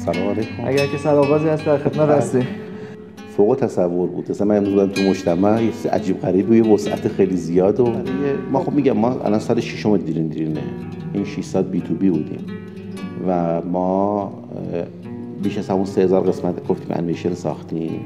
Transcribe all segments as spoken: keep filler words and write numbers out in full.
سلام علیکم. اگر که سرآغازی هست در خدمت هستیم. فوق تصور بود. مثلا من امروز بودم تو مجتمع یه چیز عجیب غریبی، یه وسعت خیلی زیاد و ما خب میگم ما الان سال ششم دیرین دیرینه، این شش سال بی تو بی بودیم و ما بیش از همون سه هزار قسمت گفتیم انیمیشن ساختیم.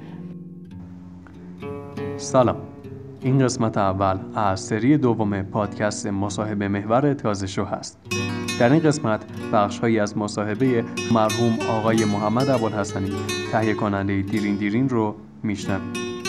سلام، این قسمت اول از سری دوم پادکست مصاحبه محور تازه شو هست. در این قسمت بخش‌هایی از مصاحبه مرحوم آقای محمد ابوالحسنی تهیه کننده دیرین دیرین رو میشنویم.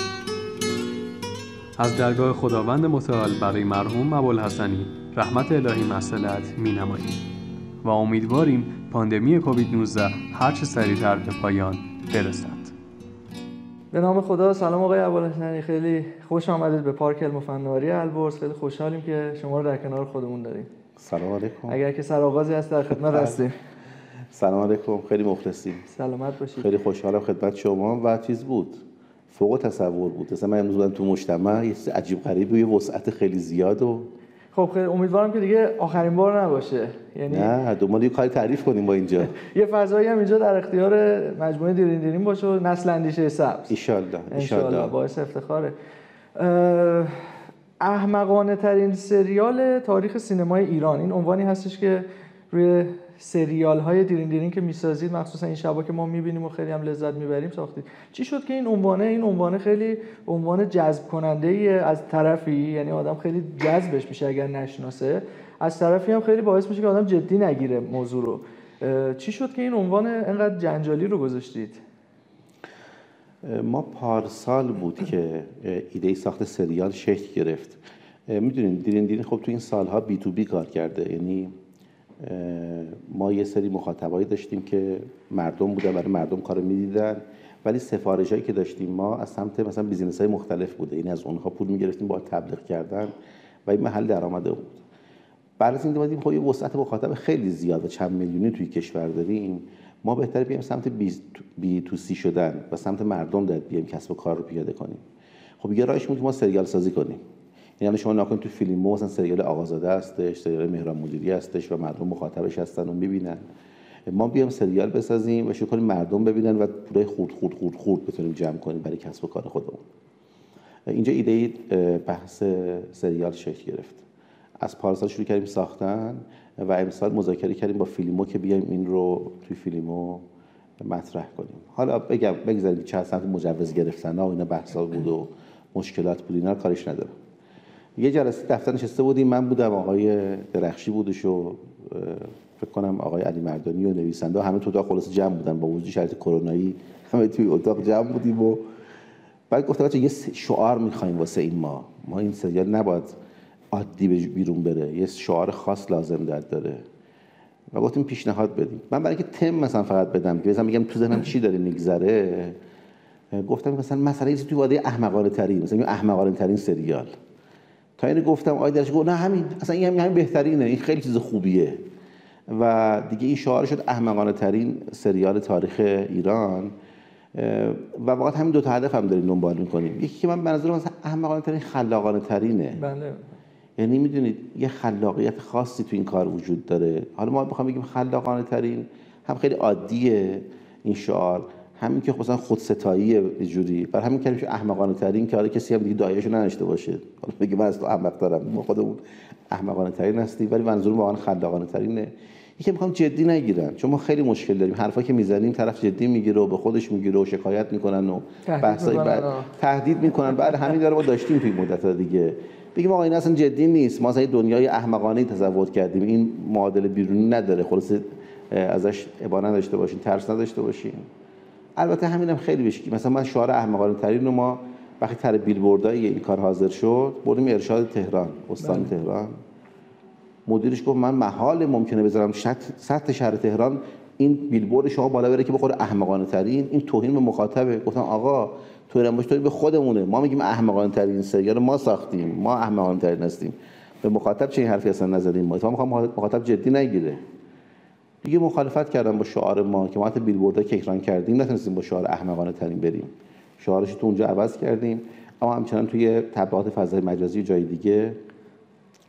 از درگاه خداوند متعال برای مرحوم ابوالحسنی رحمت الهی مصلحت می‌نماییم و امیدواریم پاندمی کووید نوزده هر چه سریعتر به پایان برسد. به نام خدا. سلام آقای ابوالحسنی، خیلی خوش آمدید به پارک علم و فناوری البرز. خیلی خوشحالیم که شما رو در کنار خودمون داریم. سلام علیکم. اگر که سرآغازی هست در خدمت هستیم. سلام علیکم، خیلی مخلصیم. سلامت باشید. خیلی خوشحالم خدمت شما و چیز بود، فوق تصور بود. مثلا من امروز بودم تو مجتمع یه چیز عجیب غریبی، یه وسعت خیلی زیاد و خب خیلی امیدوارم که دیگه آخرین بار نباشه. یعنی نه دنبال یه کاری تعریف کنیم با اینجا. یه فضایی هم اینجا در اختیار مجموعه دیرین دیرین باشه و نسل اندیشه سبز. ان شاء الله ان شاء الله باعث افتخاره. احمقانه ترین سریال تاریخ سینمای ایران، این عنوانی هستش که روی سریال های دیرین دیرین که میسازید، مخصوصا این شبا که ما میبینیم و خیلی هم لذت میبریم، ساختید. چی شد که این عنوانه این عنوانه خیلی عنوان جذب کننده ای از طرفی، یعنی آدم خیلی جذبش میشه اگر نشناسه، از طرفی هم خیلی باعث میشه که آدم جدی نگیره موضوع رو. چی شد که این عنوان اینقدر جنجالی رو گذاشتید؟ ما پارسال بود که ایده ساخت سریال شکل گرفت. میدونین دیرین دیرین خب تو این سالها بی تو بی کار کرده، یعنی ما یه سری مخاطبایی داشتیم که مردم بودن، برای مردم کارو میدیدن، ولی سفارشایی که داشتیم ما از سمت مثلا بیزینس‌های مختلف بوده، یعنی از اونها پول میگرفتیم با تبلیغ کردن و این محل درآمد بود. بعد از این دیدیم خب یه وسعت مخاطب خیلی زیاد و چند میلیونی توی کشور داریم، ما بهتره بیایم سمت بی تو سی شدن و سمت مردم داد بیایم کسب و کار رو پیاده کنیم. خب یه راهش بود که ما سریال سازی کنیم. یعنی شما ناکنید تو فیلمو مثلا سریال آقازاده هستش، سریال مهران مدیری هستش و مردم مخاطبش هستن و میبینن. ما بیایم سریال بسازیم و شروع کنیم مردم ببینن و پولای خورد خورد خورد خورد بتونیم جمع کنیم برای کسب و کار خودمون. اینجا ایده بحث سریال شکل گرفت. از پارسال شروع کردیم ساختن و امسال مذاکره کردیم با فیلمو که بیایم این رو توی فیلمو مطرح کنیم. حالا بگم بگذاریم چه سمت مجوز گرفتن ها و اینا بحثا بود و مشکلات بود، اینا کارش ندارم. یه جلسه دفتر نشسته بودیم، من بودم، آقای درخشی بودش و فکر کنم آقای علی مردانی و نویسنده، همه تو اتاق خلاص جمع بودن، با وجود شرایط کرونایی همه توی اتاق جمع بودیم و بعد گفتم بچه‌ها یه شعار می‌خوایم واسه این ما ما این سریال نباید عادی بیرون بره، یه شعار خاص لازم داره و گفتیم پیشنهاد بدیم. من برای اینکه تم مثلا فقط بدم که مثلا میگم تو ذهنم چی داره میگذره، گفتم مثلا مثلا یه تو واده احمقانه ترین، مثلا این احمقانه ترین سریال. تا اینو گفتم آقای درش گفت نه همین اصلا این همین بهترینه، این خیلی چیز خوبیه و دیگه این شعار شد احمقانه ترین سریال تاریخ ایران و واقعا همین دو تا هدف هم داریم دنبال می‌کنیم. یکی که من به نظر مثلا احمقانه ترین خلاقانه ترینه. بله. یعنی میدونید یه خلاقیت خاصی تو این کار وجود داره. حالا ما بخوام بگیم خلاقانه ترین، هم خیلی عادیه این شعار، همین که مثلا خودستاییه یه جوری، برای همین کردیم احمقانه ترین که حالا کسی هم دیگه دایه‌شو نداشته باشه، حالا بگه من از تو احمق دارم، ما خودمون احمقانه ترین هستیم ولی منظورم واقعا خلاقانه ترینه. یکی میخوام جدی نگیرن، چون ما خیلی مشکل داریم حرفا که میزنیم طرف جدی میگیره و به خودش میگیره و شکایت میکنن و بحثای بعد تهدید میکنن. بعد همین داره ما داشتیم توی مدت‌ها دیگه، بگیم آقا این اصلا جدی نیست، ما اصلا دنیای احمقانه تصور کردیم، این معادله بیرونی نداره، خلاص ازش ابا نداشته باشین، ترس نداشته باشین. البته همینم خیلی بشکی، مثلا من شعار احمقانه ترین رو ما وقتی تر بیلبوردای این کار حاضر شد بردیم ارشاد تهران، استان بله. تهران مدیرش گفت من محال ممکنه بذارم سطح شهر تهران این بیلبورد شما بالا بره که بخوره احمقانه ترین، این توهین به مخاطبه. گفتم آقا توهین باشه به خودمونه، ما میگیم احمقانه ترین سریال ما ساختیم، ما احمقانه ترین هستیم، به مخاطب چه این حرفی اصلا نزدیم، ما تو میخوام مخاطب جدی نگیره. دیگه مخالفت کردم با شعار ما که ما حتی بیلبوردها که اکران کردیم نتونستیم با شعار احمقانه ترین بریم، شعارش تو اونجا عوض کردیم، اما همچنان توی تبلیغات فضای مجازی جای دیگه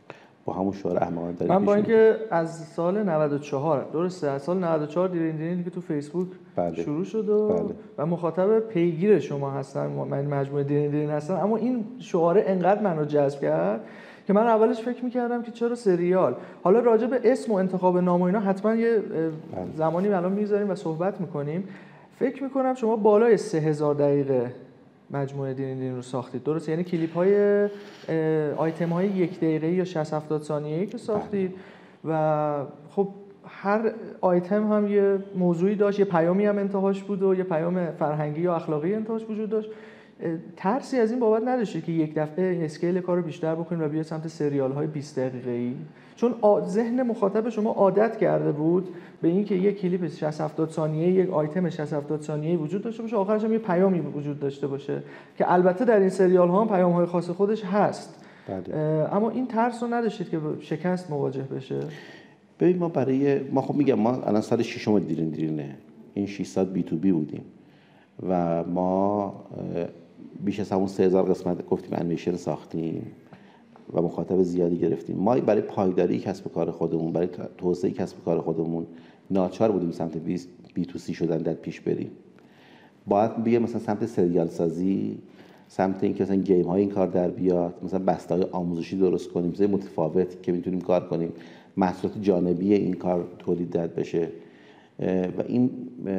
با همون شعار احمقانه داریم. من با اینکه از سال نود و چهار درسته از سال نود و چهار دیرین دیرین که تو فیسبوک بله. شروع شد و, بله. و مخاطب پیگیر شما هستن، من مجموعه دیرین دیرین هستن، اما این شعار انقدر منو جذب کرد که من اولش فکر می‌کردم که چرا سریال. حالا راجع به اسم و انتخاب نام و اینا حتما یه زمانی الان می‌ذاریم و صحبت می‌کنیم. فکر می‌کنم شما بالای سه هزار دقیقه مجموعه دیرین دیرین رو ساختید، درسته؟ یعنی کلیپ‌های آیتم‌های یک دقیقه‌ای یا شصت هفتاد ثانیه‌ای که ساختید و خب هر آیتم هم یه موضوعی داشت، یه پیامی هم انتهاش بود و یه پیام فرهنگی یا اخلاقی انتهاش وجود داشت. ترسی از این بابت نداشتید که یک دفعه اسکیل کار رو بیشتر بکنید و بیاید سمت سریال‌های بیست دقیقه‌ای؟ چون ذهن مخاطب شما عادت کرده بود به اینکه یک کلیپ شصت هفتاد ثانیه‌ای، یک آیتم شصت هفتاد ثانیه‌ای وجود داشته باشه، آخرش هم یه پیامی وجود داشته باشه که البته در این سریال‌ها هم پیام‌های خاص خودش هست. بله. اما این ترس رو نداشتید که شکست مواجه بشه؟ ببین ما برای ما خب میگم ما الان سال ششم دیرین دیرینه، این ششصد بی تو بی بودیم و ما بیش از همون سه هزار قسمت گفتیم انیمیشن ساختیم و مخاطب زیادی گرفتیم. ما برای پایداری کسب کار خودمون، برای توسعه کسب کار خودمون ناچار بودیم سمت بی تو سی شدن در پیش بریم. باید بیایم مثلا سمت سریال سازی، سمت اینکه مثلا گیم های این کار در بیاد، مثلا بسته‌های آموزشی درست کنیم، چیزای متفاوت که میتونیم کار کنیم، محصولات جانبی این کار تولید داد بشه و این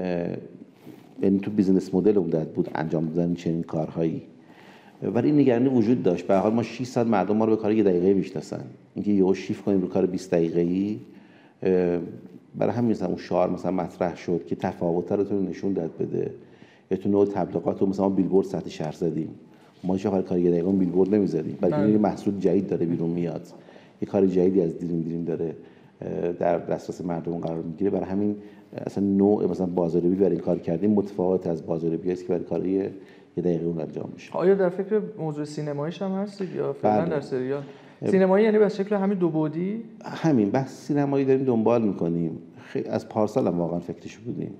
یعنی تو بیزینس مدل اون داد بود انجام دادن چنین کارهایی. ولی این نگرانی وجود داشت. به هر حال ما شش سال مردم ما رو به کار یک دقیقه میشناسن، اینکه یهو شیفت کنیم رو کار بیست دقیقه‌ای، برای همین مثلا اون شعار مثلا مطرح شد که تفاوت رو تو نشون داد بده. یا تو نوع تبلیغات رو مثلا بیلبورد سطح شهر زدیم، ما هیچ وقت کار یک دقیقه بیلبورد نمی‌زدیم، بلکه این محصول جدید داره بیرون میاد، یه کار جدیدی از دیرین دیرین داره در دسترس مردم قرار میگیره. برای همین اصلا نوع مثلا بازاریابی برای این کار کردیم متفاوت از بازاریابی است که برای کاری یه دقیقه اون انجام میشه. آیا در فکر موضوع سینماییش هم هستید یا فعلا در سریال؟ سینمایی یعنی به شکل همین دو بعدی؟ همین بس سینمایی داریم دنبال میکنیم. از پارسال هم واقعا فکرش بودیم.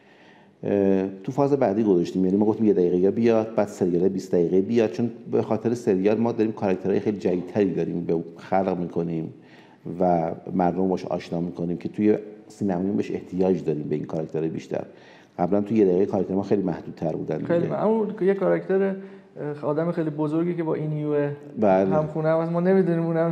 تو فاز بعدی گذاشتیم، یعنی ما گفتیم یه دقیقه بیاد، بعد سریال بیست دقیقه بیاد، چون به خاطر سریال ما داریم کاراکترهای خیلی جدیدتری داریم به خلق میکنیم و مردم باش آشنا میکنیم که توی سینمایی بهش احتیاج داریم به این کاراکترهای بیشتر. قبلا تو یه دقیقه کاراکتر ما خیلی محدودتر بودن. خیلی اما یه کاراکتر آدم خیلی بزرگی که با اینیو بله. همخونه هم ما نمیدونیم اونم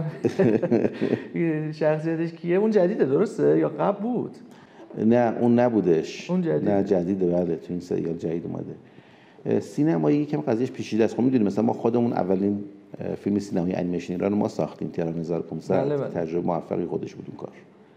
شخصیتش کیه. اون جدیده درسته یا قبل بود؟ نه اون نبودش. اون جدید. نه جدیده، بله تو این سریال جدید اومده. سینمایی یکم قضیهش پیچیده است. خب میدونیم مثلا ما خودمون اولین فیلم سینمایی انیمیشن ایران ما ساختیم، تهران هزار و پانصد. بله بله. تجربه موفقی خودش بود اون کار.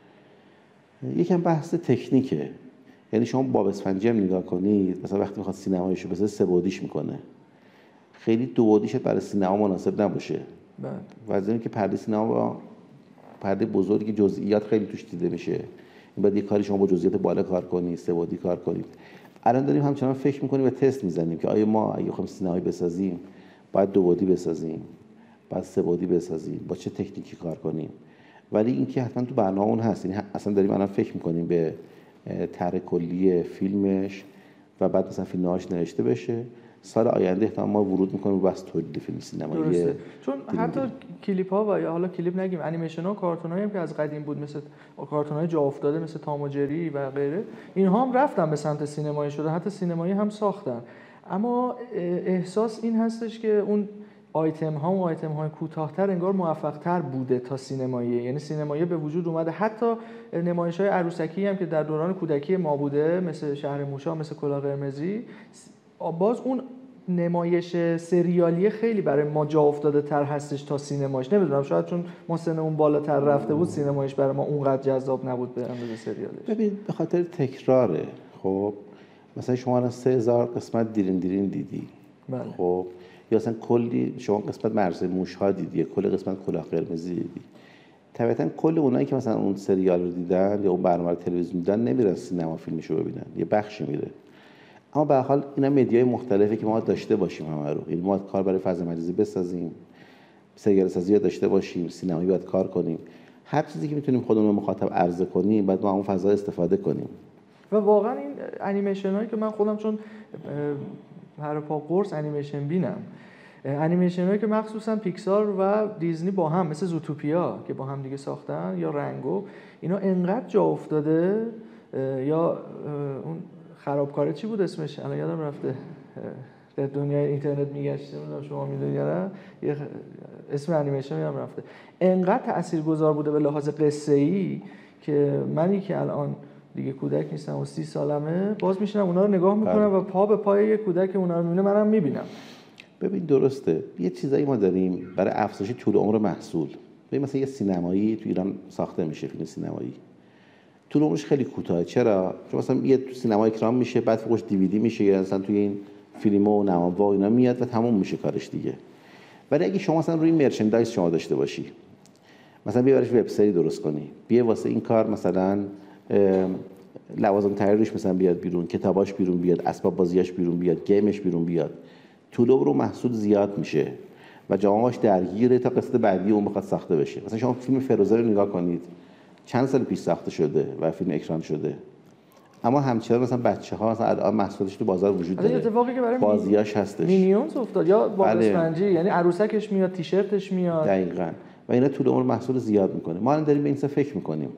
یکم بحث تکنیکه، یعنی شما باب اسفنجی هم نگاه کنید، مثلا وقتی میخواد سینماییشو بسازه سه بعدیش میکنه، خیلی دو بعدیش برای سینما مناسب نباشه. بله. واسه که پرده سینما با پرده بزرگی جزئیات خیلی توش دیده میشه، این بعد یه کاری شما با جزئیات بالا کار کنید، سه بعدی کار کنید. الان داریم همچنان فکر میکنیم و تست میزنیم که آیا ما اگه بخوایم سینمایی بسازیم باید دو بعدی بسازیم، بعد سه بعدی بسازیم، با چه تکنیکی کار کنیم. ولی اینکه حتما تو برنامه‌مون هست، یعنی اصلا داریم الان فکر میکنیم به طرح کلی فیلمش و بعد مثلا فیلم‌هاش نوشته بشه. سال آینده احتمال ما ورود می‌کنیم به بس تولید فیلم سینمایی. درسته. چون حتی کلیپ‌ها و یا حالا کلیپ نگیم، انیمیشن‌ها و کارتونایی هم که از قدیم بود، مثل کارتون‌های جا افتاده مثل تام و جری و غیره، اینها هم رفتن به سمت سینمایی شده، حتی سینمایی هم ساختن. اما احساس این هستش که اون آیتم ها و آیتم های کوتاه‌تر انگار موفق‌تر بوده تا سینمایی. یعنی سینمایی به وجود اومده، حتی نمایش‌های عروسکی هم که در دوران کودکی ما بوده مثل شهر موشا، مثل کلاه قرمزی، باز اون نمایش سریالی خیلی برای ما جا افتاده تر هستش تا سینمایش. نمیدونم شاید چون ما سن اون بالاتر رفته بود سینمایش برای ما اونقدر جذاب نبود به اندازه سریالش. ببین به خاطر تکراره. خب مثلا شما الان سه هزار قسمت دیرین دیرین دیدی. بله. خب یا اصلا کلی شما قسمت مرز موش‌ها دیدی، کل قسمت کلاه قرمزی دیدی. طبعاً کل اونایی که مثلا اون سریال رو دیدن یا اون برنامه تلویزیون دیدن نمیرن سینما فیلمشو ببینن، یه بخشی میره. اما به هر حال اینا مدیای مختلفی که ما داشته باشیم همه رو، یعنی ما کار برای فضا مجازی بسازیم، سریال سازی داشته باشیم، سینمایی باید کار کنیم، هر چیزی که میتونیم خودمون به مخاطب عرضه کنیم بعد ما اون فضا استفاده کنیم. و واقعا این انیمیشن هایی که من خودم چون هر پا قرص انیمیشن بینم، انیمیشن هایی که مخصوصا پیکسار و دیزنی با هم مثل زوتوپیا که با هم دیگه ساختن یا رنگو، اینا انقدر جا افتاده. یا اون خرابکاره چی بود اسمش الان یادم رفته، در دنیای اینترنت میگشته، شما میدونید یا نه، یه اسم انیمیشن یادم رفته. انقدر تاثیرگذار بوده به لحاظ قصه‌ای که منی که الان دیگه کودک نیستم و سی سالمه باز میشینم اونا رو نگاه میکنم و پا به پای یه کودک اونا رو میبینه منم میبینم. ببین درسته، یه چیزایی ما داریم برای افزایش طول عمر محصول. ببین مثلا یه سینمایی تو ایران ساخته میشه، فیلم سینمایی طول عمرش خیلی کوتاهه. چرا؟ چون مثلا یه تو سینما اکران میشه، بعد فوقش دیویدی میشه، یا مثلا توی این فیلم و نماوا و اینا میاد و تموم میشه کارش دیگه. ولی اگه شما مثلا روی مرچندایز شما داشته باشی، مثلا بیا براش وب سری درست کنی، بیا واسه این کار مثلا لوازم تحریریش مثلا بیاد بیرون، کتاباش بیرون بیاد، اسباب بازیاش بیرون بیاد، گیمش بیرون بیاد، طول عمر محصول زیاد میشه و جامعه‌اش درگیره تا قصه بعدی اون بخواد ساخته بشه. مثلا شما فیلم فروزه رو نگاه کنید، چند سال پیش ساخته شده و فیلم اکران شده، اما همچنان مثلا بچه‌ها مثلا الان محصولش تو بازار وجود داره. اتفاقی که برای بازیاش هستش، مینیونز افتاد یا با بله. اسفنجی، یعنی عروسکش میاد، تیشرتش میاد. دقیقاً. و اینا طول عمر محصول زیاد میکنه. ما الان داریم به این فکر میکنیم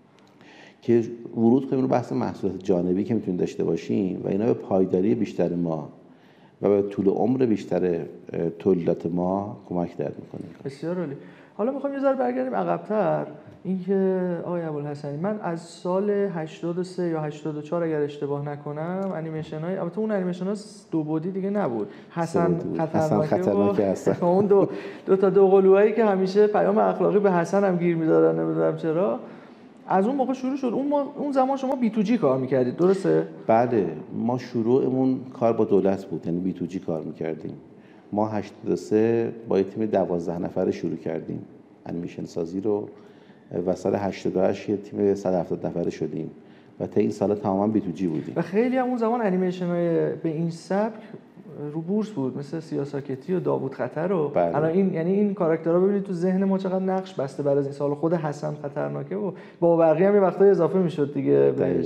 که ورود کنیم رو بحث محصولات جانبی که میتونیم داشته باشیم و اینا به پایداری بیشتر ما و به طول عمر بیشتر تولیدات ما کمک درد میکنه. بسیار عالی. حالا میخوام یه ذره برگردیم عقب‌تر. اینکه آقای ابوالحسنی، من از سال هشتاد و سه یا هشتاد و چهار اگر اشتباه نکنم انیمیشن‌های، البته اون انیمیشن‌ها دو بعدی دیگه نبود، حسن خطرناکه خطرناکه هستن. اون دو دو تا دو قلوهایی که همیشه پیام اخلاقی به حسن هم گیر می‌دادن، نمیدونم چرا. از اون موقع شروع شد. اون ما... اون زمان شما بی تو جی کار می‌کردید، درسته؟ بله، ما شروعمون کار با دولت بود، یعنی بی تو جی کار می‌کردیم. ما هشتاد و سه با یه تیم دوازده نفره شروع کردیم انیمیشن سازی رو و سال هشتاد و هشت یه تیم صد و هفتاد نفره شدیم و تا این سالا تماما بی تو جی بودیم. و خیلی هم اون زمان انیمیشن‌های به این سبک رو بورس بود، مثل سیاساکتی و داوود خطر و بله. الان این یعنی این کاراکترها ببینید تو ذهن ما چقدر نقش بسته بعد از این سال. خود حسن خطرناکه و با بقیه هم یه وقتایی اضافه میشد دیگه بهش.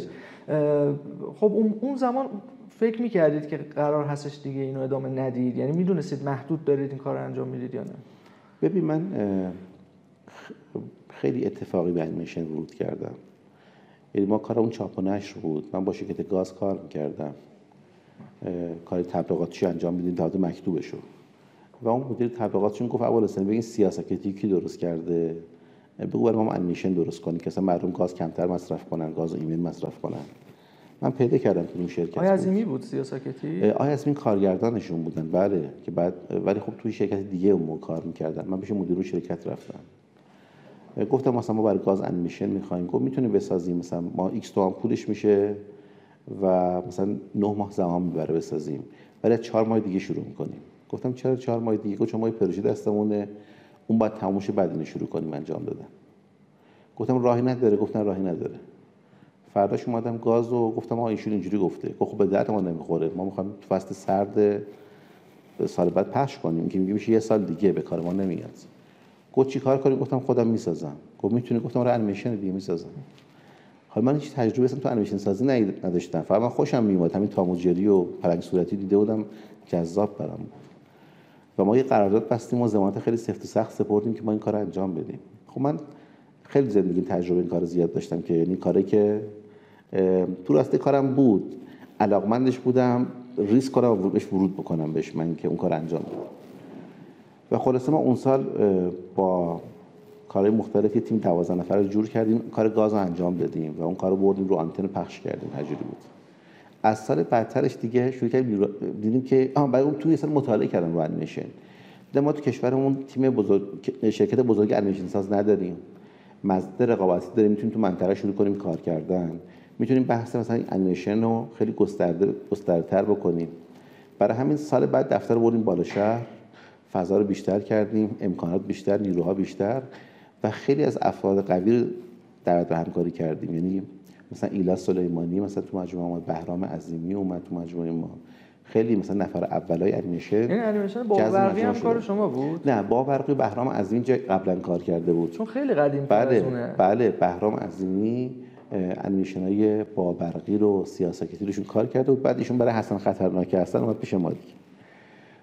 خب اون اون زمان فکر می‌کردید که قرار هستش دیگه اینو ادامه ندید؟ یعنی میدونستید محدود دارید این کارو انجام میدید یا نه؟ ببین من خیلی اتفاقی به انیمیشن ورود کردم. یعنی ما کار اون چاپ و نشر بود. من با شرکت گاز کار می‌کردم. کار تبلیغاتیش انجام میدیم تا مکتوبشو و اون مدیر تبلیغاتشون گفت ابوالحسن ببین سیاساکتی کی درست کرده، بگو برام ما انیمیشن درست کنی که اصلا مردم گاز کمتر مصرف کنن، گاز و ایمن مصرف کنن. من پیدا کردم تو اون شرکت. آیا عظیمی بود سیاساکتی؟ آیا عظیمی کارگردانشون بودن، بله، که بعد ولی خب توی شرکت دیگه اون کار می‌کردن. من پیش مدیر شرکت رفتم، گفتم مثلا ما برای گاز انیمیشن می‌خوایم. گفت می‌تونیم بسازیم، مثلا ما ایکس تومن پولش میشه و مثلا نه ماه زمان میبره بسازیم، ولی چهار ماه دیگه شروع میکنیم. گفتم چرا چهار ماه دیگه؟ گفت چون ما پروژه دستمونه، اون باید تموم شه بعد اینو شروع کنیم انجام دادن. گفتم راهی نداره؟ گفتن راهی نداره. فرداش اومدم گاز و گفتم آقا ایشون اینجوری گفته. گفت خب به درد ما نمیخوره، ما میخوایم تو فصل سرد سال بعد پخش کنیم که میگه میشه یه سال دیگه، به کار ما نمیاد. گفت چیکار کنیم؟ گفتم خودم میسازم. گفت میتونی؟ گفتم آره انیمیشن دیگه میسازم. حالا من هیچ تجربه اصلا تو انیمیشن سازی نداشتم، فقط من خوشم میومد، همین تام و جری و پلنگ صورتی دیده بودم، جذاب برام بود. و ما یه قرارداد بستیم و ضمانت خیلی سفت و سخت سپردیم که ما این کارو انجام بدیم. خب من خیلی زندگی تجربه این کار زیاد داشتم که یعنی کاری که تو راسته کارم بود، علاقمندش بودم، ریسک کنم بهش ورود بکنم بهش، من که اون کار انجام بدم. و خلاصه ما اون سال با کارهای مختلف یه تیم دوازده نفره رو جور کردیم، کار گاز رو انجام دادیم و اون کار رو بردیم رو آنتن پخش کردیم. تجربه بود. از سال بعدترش دیگه شروع کردیم دیدیم که آها بعد اون توی یه سال مطالعه کردم رو انیمیشن. دیدم ما تو کشورمون تیم بزرگ، شرکت بزرگ انیمیشن ساز نداریم. مزد رقابتی داریم، میتونیم تو منطقه شروع کنیم کار کردن. میتونیم بحث مثلا انیمیشن رو خیلی گسترده گسترده‌تر بکنیم. برای همین سال بعد دفتر رو بردیم بالا شهر، فضا رو بیشتر کردیم، امکانات بیشتر، نیروها بیشتر و خیلی از افراد قوی دعوت به همکاری کردیم. یعنی مثلا ایلا سلیمانی مثلا تو مجموعه ما، بهرام عظیمی اومد تو مجموعه ما، خیلی مثلا نفر اولای انیمیشن. یعنی انیمیشن با برقی هم کار شما بود؟ نه، با برقی بهرام عظیمی قبلا کار کرده بود، چون خیلی قدیم بله از اونه. بله بهرام عظیمی انیمیشنای با برقی رو سیاساکتی روشون کار کرده بود. بعد ایشون برای حسن خطرناکه هستن اومد پیش ما دیگه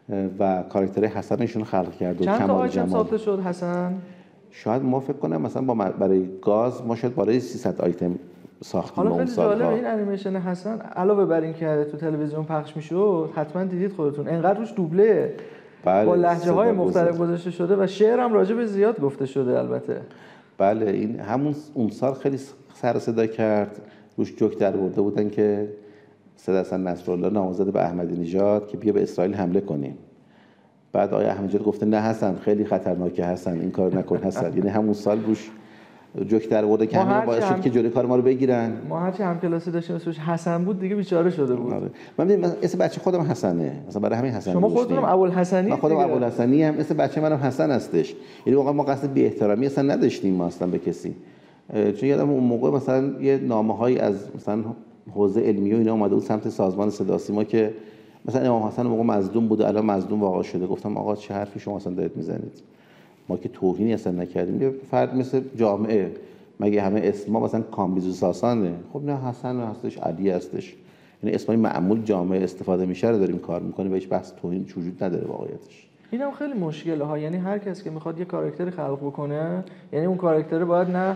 و کاراکتر حسنشون خلق کرد و چند تا کمال آیتم جمال ساخته شد حسن؟ شاید ما فکر کنم مثلا با برای گاز ما شاید بالای سیصد آیتم ساختیم. حالا خیلی جالبه این انیمیشن حسن علاوه بر این که تو تلویزیون پخش میشد حتما دیدید خودتون انقدر روش دوبله بله، با لهجه های مختلف گذاشته شده و شعر هم راجع به زیاد گفته شده. البته بله این همون اون سال خیلی سر صدا کرد، روش جوک در برده بودن که سید حسن نصرالله نامزد به احمدی نژاد که بیا به اسرائیل حمله کنیم. بعد آقای احمدی نژاد گفته نه حسن خیلی خطرناکه حسن این کار نکن حسن. یعنی همون سال روش جوک در برده که همین باعث شد که جلوی کار ما رو بگیرن. ما هرچی همکلاسی داشتیم اسمش حسن بود دیگه بیچاره شده بود. آره. من میگم اسم بچه خودم حسنه، مثلا برای همین حسن. شما خودتون ابوالحسنی؟ من خودم ابوالحسنی هم، اسم بچه منم حسن هستش. یعنی واقعا ما قصد بی احترامی اصلا نداشتیم ما اصلا به کسی. چون یادم اون موقع مثلا یه نامه‌هایی از مثلا حوزه علمی و اینا اومده بود سمت سازمان صدا سیما که مثلا امام حسن موقع مظلوم بود الان مظلوم واقع شده. گفتم آقا چه حرفی شما اصلا دارید میزنید؟ ما که توهینی اصلا نکردیم. یه فرد مثل جامعه مگه همه اسم ما مثلا کامبیز و ساسانه؟ خب نه حسن هستش، علی هستش. یعنی اسمای معمول جامعه استفاده میشه رو داریم کار میکنیم و هیچ بحث توهین وجود نداره واقعیتش. اینم خیلی مشکله ها. یعنی هر کس که میخواد یه کاراکتری خلق بکنه یعنی اون کاراکتر باید نه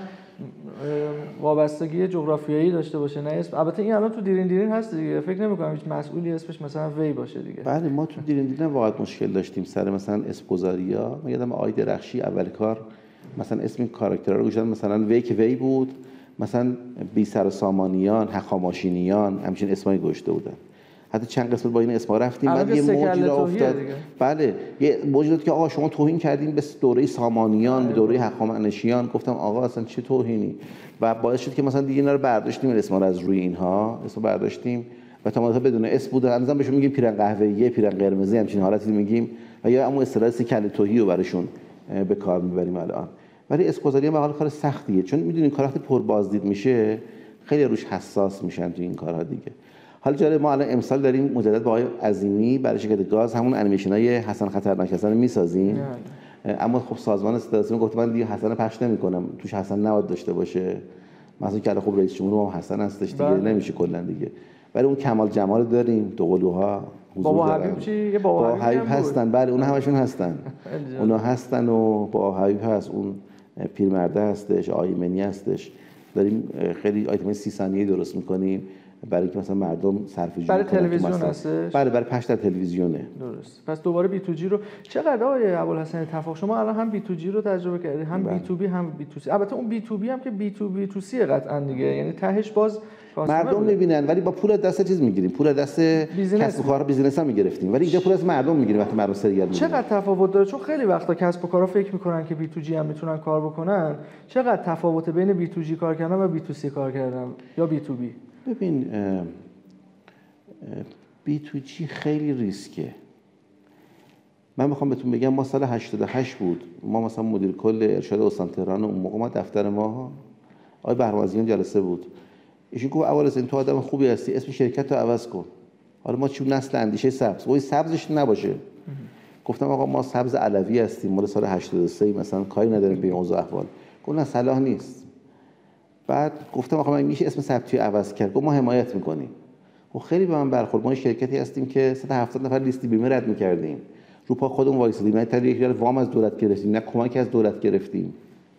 وابستگی جغرافیایی داشته باشه نه اسم. البته این الان تو دیرین دیرین هست دیگه، فکر نمی‌کنم هیچ مسئولی اسمش مثلا وی باشه دیگه. بله ما تو دیرین دیرین واقعا مشکل داشتیم سر مثلا اسم گذاری‌ها. من یادم آقای درخشی اول کار مثلا اسم این کاراکترها رو گذاشتن مثلا وی که وی بود، مثلا بی سر و سامانیان، حقاماشینیان، همچین اسمایی گذاشته بودن. حتی چند قسمت با این اسما رفتیم بعد یه موجی را افتاد. بله یه موجی داد که آقا شما توهین کردین به دوره سامانیان، به دوره حقامنشیان. گفتم آقا اصلا چه توهینی؟ و باعث شد که مثلا دیگه اینا رو برداشتیم، این اسما رو از روی اینها اسم برداشتیم و تا مثلا بدون اسم بود. هنوزم بهشون میگیم پیرن قهوه‌ای، پیرن قرمزی، همچین حالتی میگیم و یا همون اصطلاح سکل توهی رو براشون به کار میبریم الان. ولی اسم‌گذاری هم به حال کار سختیه چون میدونین کار وقتی پر بازدید میشه خیلی روش حساس میشن تو این کارها دیگه. حالا جالب ما الان امسال داریم مجدد با آقای عظیمی برای شرکت گاز همون انیمیشنای حسن خطرناک حسن میسازیم. اما خب سازمان صدا سیما گفت من دیگه حسن پخش نمی‌کنم، توش حسن نباید داشته باشه. مثلا که خب رئیس جمهور هم حسن هستش دیگه نمیشه کلا دیگه. ولی اون کمال جمال داریم، دوقلوها بابا حبیب چی؟ بابا حبیب هستن. بله اونها همشون هستن. اونها هستن و با حبیب هست، اون پیرمرده هستش، آیمنی هستش. داریم خیلی آیتم سی ثانیه‌ای درست می‌کنیم برای اینکه مثلا مردم صرفه جویی برای تلویزیون هستش. بله برای پخش در تلویزیونه. درست. پس دوباره بی تو جی رو چقدر آقای ابوالحسن تفاق شما الان هم بی تو جی رو تجربه کردید هم بی تو بی هم بی تو سی. البته اون بی تو بی هم که بی تو بی تو سی قطعا دیگه، یعنی تهش باز مردم میبینن ولی با پول دست چیز میگیریم، پول دست کسب و کار بیزینس هم میگرفتیم ولی اینجا پول از مردم میگیریم وقتی مردم سریال میبینن. چقدر تفاوت داره؟ چون خیلی وقتا کسب و کارا فکر میکنن که بی تو جی هم میتونن کار بکنن. چقدر تفاوت بین بی تو جی کار کردن و بی تو سی کار کردن یا بی تو بی؟ ببین بی تو جی خیلی ریسکه. من میخوام بهتون بگم ما سال هشتاد و هشت بود، ما مثلا مدیر کل ارشاد استان تهران اون موقع ما دفتر ما آقای بهرام‌عزیزیان جلسه بود. ایشون گفت اول از این تو آدم خوبی هستی اسم شرکت رو عوض کن. حالا ما چون نسل اندیشه سبز وای سبزش نباشه. گفتم آقا ما سبز علوی هستیم مال سال هشتاد و سه مثلا کاری نداریم به این اوضاع احوال. گفت نه صلاح نیست. بعد گفتم آقا من میشه اسم ثبتی عوض کرد؟ گفت ما حمایت میکنیم. و خیلی به من برخورد. ما شرکتی هستیم که صد و هفتاد نفر لیستی بیمه رد میکردیم. رو پا خودمون وایسادیم، نه تا یک ریال وام از دولت گرفتیم، نه کمک از دولت گرفتیم،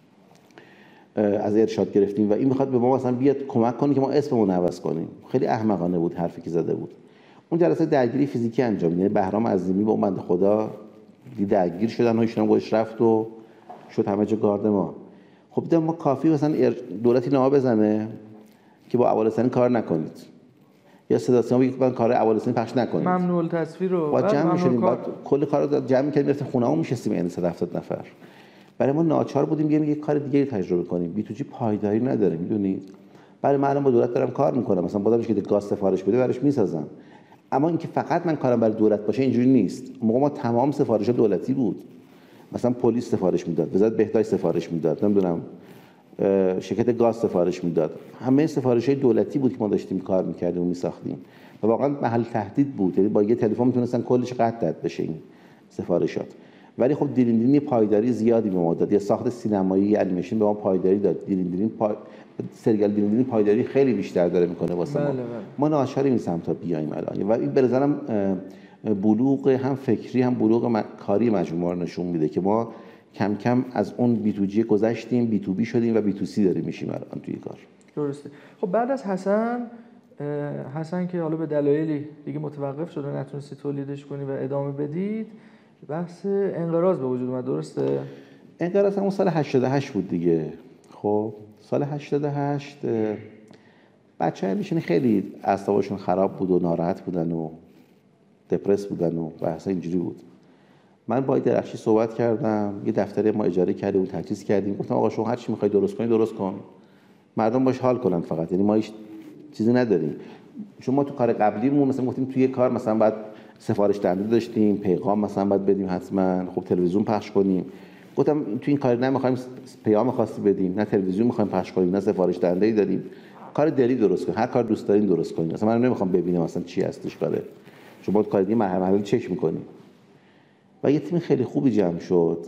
از ارشاد گرفتیم و این میخواد به ما مثلا بیاد کمک کنه که ما اسممون عوض کنیم. خیلی احمقانه بود حرفی که زده بود. اون جلسه درگیری فیزیکی انجام داد. بهرام عظیمی با اون بنده خدا درگیر شدن و ایشون هم گوش رفت و شد همه جا گارد ما. خب دیدم ما کافی مثلا دولتی نامه بزنه که با ابوالحسن کار نکنید یا صدا سیما بگه من کار ابوالحسن پخش نکنید، ممنوع التصویر رو با جمع می‌شدیم، بعد کل کارا رو جمع می‌کردیم رفتیم خونه‌مون می‌شستیم این صد و هفتاد نفر. برای ما ناچار بودیم بیایم یک کار دیگه تجربه کنیم. بی تو جی پایداری نداره میدونید. برای من الان با دولت دارم کار میکنم، مثلا بازم که گاز سفارش بده براش میسازم، اما اینکه فقط من کارم برای دولت باشه اینجوری نیست. موقع ما تمام سفارشات دولتی بود، مثلا پلیس سفارش میداد، وزارت بهداشت سفارش میداد، نمیدونم شرکت گاز سفارش میداد، همه سفارش‌های دولتی بود که ما داشتیم کار میکردیم و میساختیم و واقعا محل تهدید بود. یعنی با یه تلفن میتونستن کلش قطع بشه این سفارشات. ولی خب دیرین دیرین پایداری زیادی به ما داد. یا ساخت سینمایی انیمیشن به ما پایداری داد. دیرین دیرین پا... سریال دیرین دیرین پایداری خیلی بیشتر داره میکنه واسه ما. بله بله. ما ناچاریم این سمت بیایم الان و این به نظرم بلوغ هم فکری هم بلوغ کاری مجموعه رو نشون میده که ما کم کم از اون بی تو جی گذشتیم، بی تو بی شدیم و بی تو سی داریم میشیم الان توی کار. درسته. خب بعد از حسن حسن که حالا به دلایلی دیگه متوقف شد و نتونستی تولیدش کنی و ادامه بدید، بحث انقراض به وجود اومد. درسته؟ انقراض همون سال هشتاد و هشت بود دیگه. خب سال هشتاد و هشت بچه‌ها میشن خیلی اعصابشون خراب بود و ناراحت بودن و دپرس بودن و بحثا اینجوری بود. من با درخشی صحبت کردم، یه دفتری ما اجاره کردیم و تجهیز کردیم. گفتم آقا شما هر چی می‌خوای درست کنی درست کن، مردم باش حال کنن فقط، یعنی ما هیچ چیزی نداریم. چون ما تو کار قبلیمون مثلا گفتیم توی کار مثلا بعد سفارش دهنده داشتیم، پیغام مثلا باید بدیم حتما، خب تلویزیون پخش کنیم. گفتم تو این کار نمی‌خوایم پیام خاصی بدیم، نه تلویزیون می‌خوایم پخش کنیم، نه سفارش دهنده‌ای داریم. کار دلی درست کنیم، هر کار دوست دارین درست کنین. مثلا من نمی‌خوام ببینم مثلا چی هستش کاره. شما کار دیگه مرحله مرحله چک می‌کنیم. و یه تیم خیلی خوبی جمع شد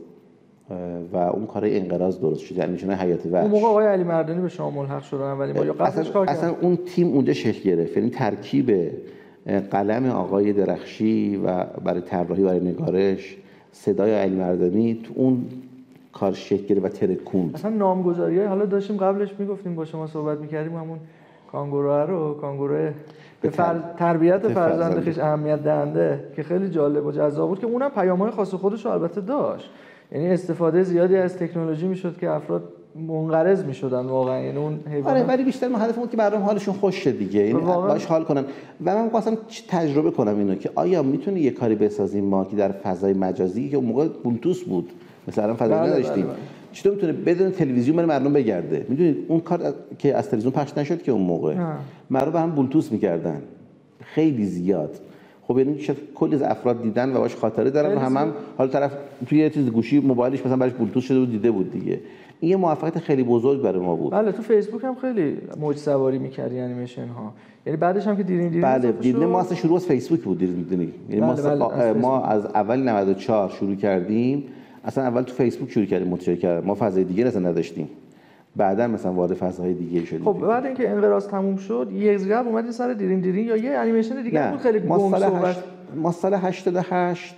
و اون کار انقراض درست شد، یعنی میشونه حیات وحش. اون موقع آقای علی مردانی به شما ملحق شدن ولی ما یا قبلش کار اصلا اون تیم اونجا شکل گرفت، یعنی ترکیب قلم آقای درخشی و برای طراحی برای نگارش، صدای علی مردانی تو اون کار شکل گرفت و ترکوند. اصلا نامگذاریای حالا داشتیم قبلش میگفتیم با شما صحبت می‌کردیم، همون کانگورو رو کانگورو به فر... تربیت فرزند خویش اهمیت دهنده که خیلی جالب و جذاب بود، که اونم پیام‌های خاص خودش رو البته داشت. یعنی استفاده زیادی از تکنولوژی میشد که افراد منقرض میشدن واقعا. یعنی اون حیوانات آره، ولی بیشتر ما هدفمون که مردم حالشون خوشه دیگه، یعنی باش حال کنن. و من خواستم تجربه کنم اینو که آیا میتونه یه کاری بسازیم ما که در فضای مجازی که اون موقع بلوتوث بود مثلا فضا بله نداشتیم، بله بله. چطور میتونه بدون تلویزیون برای مردم بگرده؟ میدونید اون کار که از تلویزیون پخش نشد که اون موقع مردم هم بلوتوث میکردن خیلی زیاد. خب یعنی شاید کلی از افراد دیدن و باش خاطره دارن و هم هم حالا طرف توی یه چیز گوشی موبایلش مثلا براش بلوتوث شده بود دیده بود دیگه. این یه موفقیت خیلی بزرگ برای ما بود. بله تو فیسبوک هم خیلی موج سواری می‌کردی انیمیشن ها، یعنی بعدش هم که دیرین دیرین بله دیدن ما اصلا شروع از فیسبوک بود دیدین دیدین یعنی بله ما بله از ما از اول نود و چهار شروع کردیم، اصلا اول تو فیسبوک شروع کردیم منتشر کردن، ما فضای دیگه اصلا نداشتیم. بعدا مثلا وارد فضاهای دیگه شدیم. خب بعد اینکه انقراض تموم شد یه قبل اومدین سر دیرین دیرین یا یه انیمیشن دیگه بود خیلی گم صحبت؟ ما سال هشتاد و هشت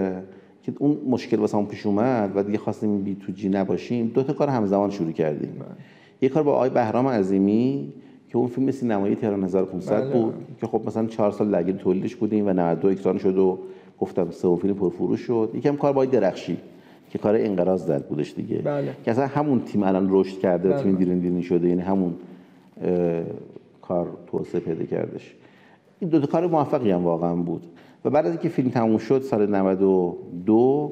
که اون مشکل واسمون پیش اومد و دیگه خواستیم بی تو جی نباشیم، دو تا کار همزمان شروع کردیم. بله. یه کار با آقای بهرام عظیمی که اون فیلم سینمایی تهران هزار و پانصد بله. بود که خب مثلا چهار سال درگیر تولیدش بودیم و نود و دو اکران شد و گفتم سوم فیلم پرفروش شد. یکم کار با درخشی که کار انقراض در بودش دیگه. بله. که اصلا همون تیم الان رشد کرده، بله. تیم دیرین دیرین شده، یعنی همون کار توسعه پیدا کردش. این دو تا کار موفقی هم واقعا بود. و بعد از اینکه فیلم تموم شد سال نود و دو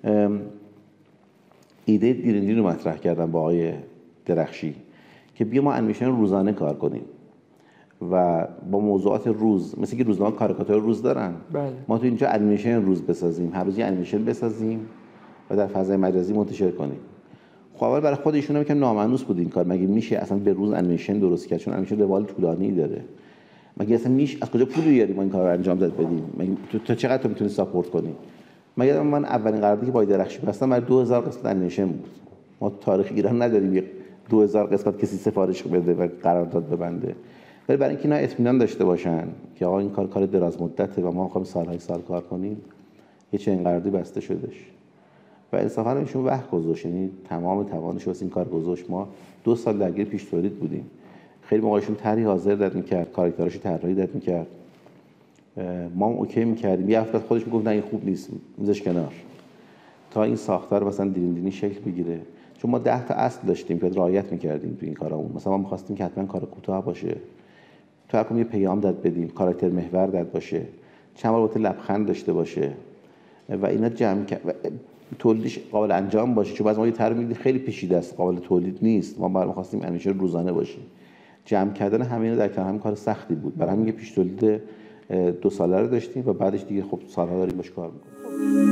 ایده دیرین دیرین رو مطرح کردم با آقای درخشی که بیا ما انیمیشن روزانه کار کنیم و با موضوعات روز، مثل که روزنامه کاریکاتور روز دارن، بله. ما تو اینجا انیمیشن روز بسازیم، هر روز یه انیمیشن بسازیم و در فضای مجازی منتشر کنیم. خب اول برای خود ایشون هم که نامانوس بود این کار، مگه میشه اصلا به روز انیمیشن درست کرد؟ چون انیمیشن روال طولانی داره. مگه اصلا میشه از کجا پول بیاریم ما این کارو انجام داد بدیم؟ مگه تو, تو چقدر تو میتونی ساپورت کنی؟ مگه من اولین قراردادی که با درخشی بستم برای دو هزار قسمت انیمیشن بود. ما تاریخ ایران نداریم دو هزار قسمت کسی سفارش بده و قرارداد ببنده. ولی برای اینکه اینا اطمینان داشته باشن که آقا این کار کار دراز مدته و ما می‌خوایم سال‌های سال کار کنیم، یه چنین قراردادی بسته شدش. و انصافا ایشون وقت گذاشت، یعنی تمام توانش واسه این کار گذاشت. ما دو سال درگیر پیش تولید بودیم. خیلی موقعشون طرحی حاضر داد می‌کرد، کاراکتراشو طراحی داد می‌کرد. ما هم اوکی می‌کردیم. یه هفته خودش میگفت نه این خوب نیست، میذاش کنار. تا این ساختار مثلا دیرین دیرین شکل بگیره. چون ما ده تا اصل داشتیم که رعایت می‌کردیم تو این کارامون. مثلا ما می‌خواستیم که حتما کار کوتاه باشه. تو هر کدوم یه پیام داد بدیم، کاراکتر محور داد باشه. چند بار البته لبخند داشته باشه. و اینا جمع کرد تولیدش قابل انجام باشه. چون بعضی ما یه طرح می‌دید خیلی پیچیده است، قابل تولید نیست. ما برام خواستیم انیمیشن روزانه باشه. جمع کردن همه اینا در کنار هم کار سختی بود. برای همین پیش تولید دو ساله رو داشتیم و بعدش دیگه خب سال‌ها داریم باش کار می‌کنیم.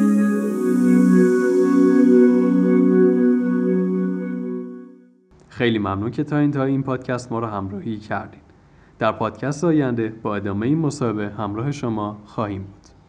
خیلی ممنون که تا انتهای این پادکست ما رو همراهی کردین. در پادکست آینده با ادامه این مصاحبه همراه شما خواهیم بود.